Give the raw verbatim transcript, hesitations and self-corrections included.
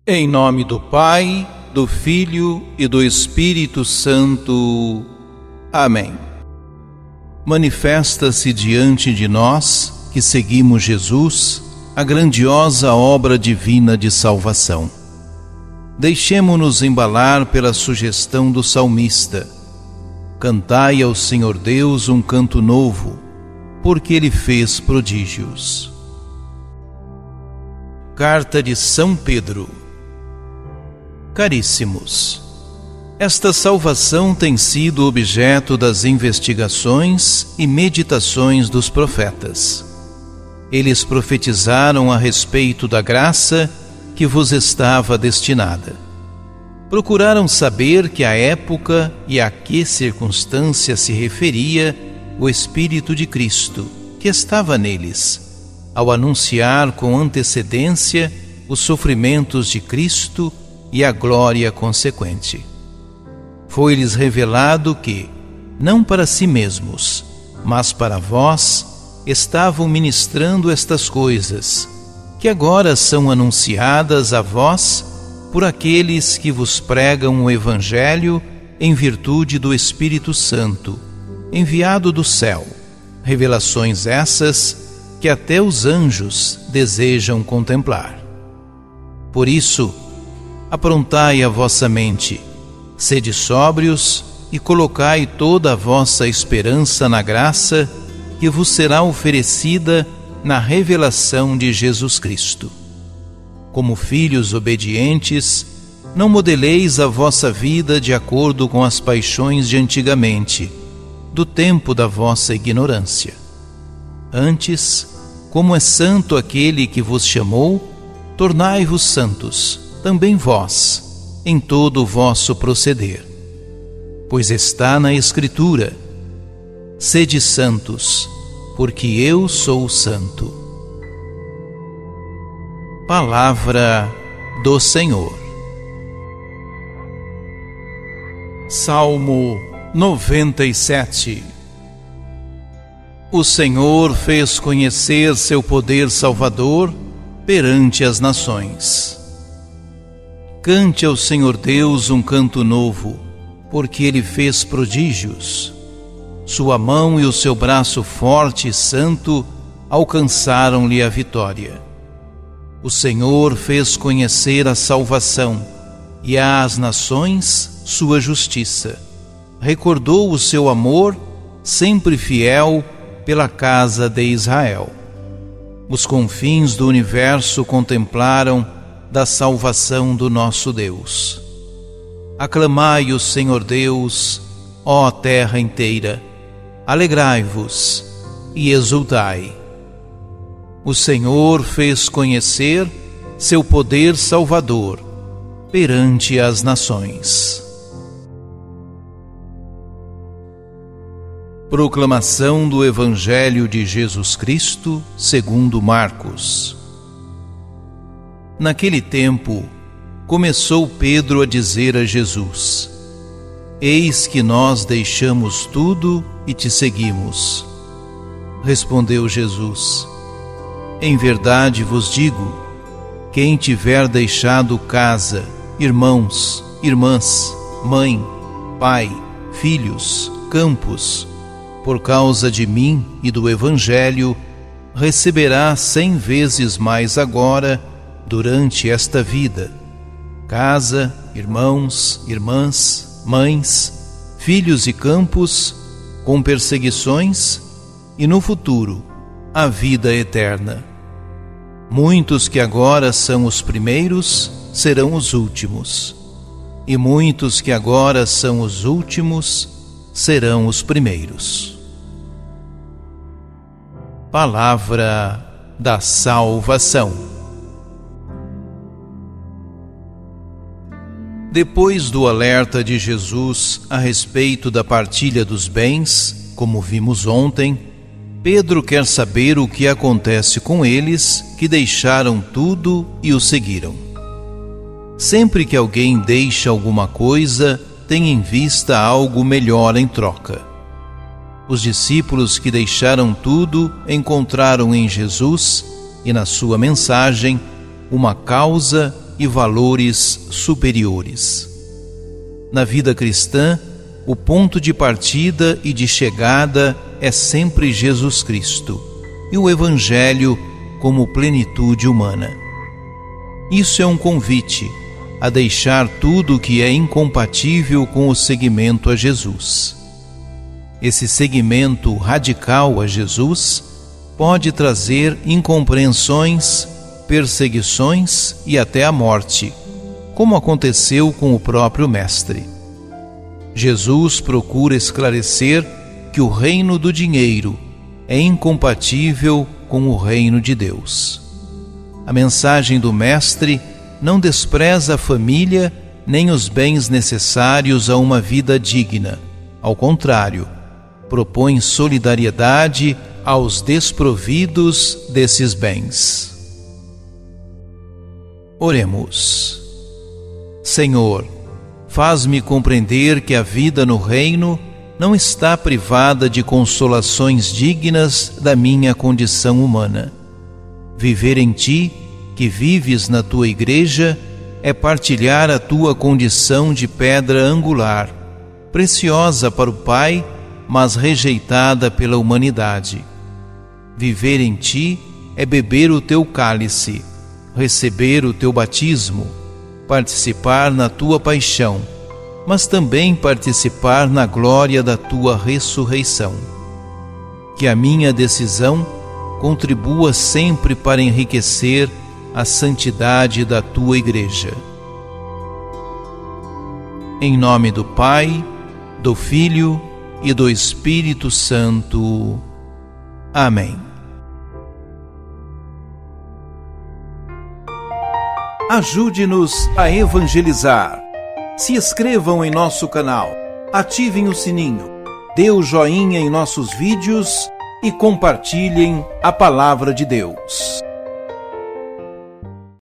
Em nome do Pai, do Filho e do Espírito Santo. Amém. Manifesta-se diante de nós, que seguimos Jesus, a grandiosa obra divina de salvação. Deixemo-nos embalar pela sugestão do salmista. Cantai ao Senhor Deus um canto novo, porque Ele fez prodígios. Carta de São Pedro. Caríssimos, esta salvação tem sido objeto das investigações e meditações dos profetas. Eles profetizaram a respeito da graça que vos estava destinada. Procuraram saber que a época e a que circunstância se referia o Espírito de Cristo, que estava neles, ao anunciar com antecedência os sofrimentos de Cristo e a glória consequente. Foi-lhes revelado que, não para si mesmos, mas para vós, estavam ministrando estas coisas, que agora são anunciadas a vós por aqueles que vos pregam o Evangelho em virtude do Espírito Santo, enviado do céu, revelações essas que até os anjos desejam contemplar. Por isso, aprontai a vossa mente, sede sóbrios e colocai toda a vossa esperança na graça que vos será oferecida na revelação de Jesus Cristo. Como filhos obedientes, não modeleis a vossa vida de acordo com as paixões de antigamente, do tempo da vossa ignorância. Antes, como é santo aquele que vos chamou, tornai-vos santos, também vós, em todo o vosso proceder. Pois está na Escritura: sede santos, porque eu sou santo. Palavra do Senhor. Salmo noventa e sete. O Senhor fez conhecer seu poder salvador perante as nações. Cante ao Senhor Deus um canto novo, porque Ele fez prodígios. Sua mão e o seu braço forte e santo alcançaram-lhe a vitória. O Senhor fez conhecer a salvação e às nações sua justiça. Recordou o seu amor, sempre fiel, pela casa de Israel. Os confins do universo contemplaram da salvação do nosso Deus. Aclamai o Senhor Deus, ó terra inteira, alegrai-vos e exultai. O Senhor fez conhecer seu poder salvador perante as nações. Proclamação do Evangelho de Jesus Cristo segundo Marcos. Naquele tempo, começou Pedro a dizer a Jesus: Eis que nós deixamos tudo e te seguimos. Respondeu Jesus: Em verdade vos digo, quem tiver deixado casa, irmãos, irmãs, mãe, pai, filhos, campos, por causa de mim e do Evangelho, receberá cem vezes mais agora, durante esta vida, casa, irmãos, irmãs, mães, filhos e campos, com perseguições, e no futuro, a vida eterna. Muitos que agora são os primeiros, serão os últimos, e muitos que agora são os últimos, serão os primeiros. Palavra da salvação. Depois do alerta de Jesus a respeito da partilha dos bens, como vimos ontem, Pedro quer saber o que acontece com eles que deixaram tudo e o seguiram. Sempre que alguém deixa alguma coisa, tem em vista algo melhor em troca. Os discípulos que deixaram tudo encontraram em Jesus e na sua mensagem uma causa e valores superiores. Na vida cristã, o ponto de partida e de chegada é sempre Jesus Cristo e o Evangelho como plenitude humana. Isso é um convite a deixar tudo o que é incompatível com o seguimento a Jesus. Esse seguimento radical a Jesus pode trazer incompreensões, perseguições e até a morte, como aconteceu com o próprio Mestre. Jesus procura esclarecer que o reino do dinheiro é incompatível com o reino de Deus. A mensagem do Mestre não despreza a família nem os bens necessários a uma vida digna. Ao contrário, propõe solidariedade aos desprovidos desses bens. Oremos. Senhor, faz-me compreender que a vida no reino não está privada de consolações dignas da minha condição humana. Viver em Ti, que vives na Tua Igreja, é partilhar a Tua condição de pedra angular, preciosa para o Pai, mas rejeitada pela humanidade. Viver em Ti é beber o Teu cálice, receber o Teu batismo, participar na Tua paixão, mas também participar na glória da Tua ressurreição. Que a minha decisão contribua sempre para enriquecer a santidade da Tua Igreja. Em nome do Pai, do Filho e do Espírito Santo. Amém. Ajude-nos a evangelizar. Se inscrevam em nosso canal, ativem o sininho, dê o joinha em nossos vídeos e compartilhem a palavra de Deus.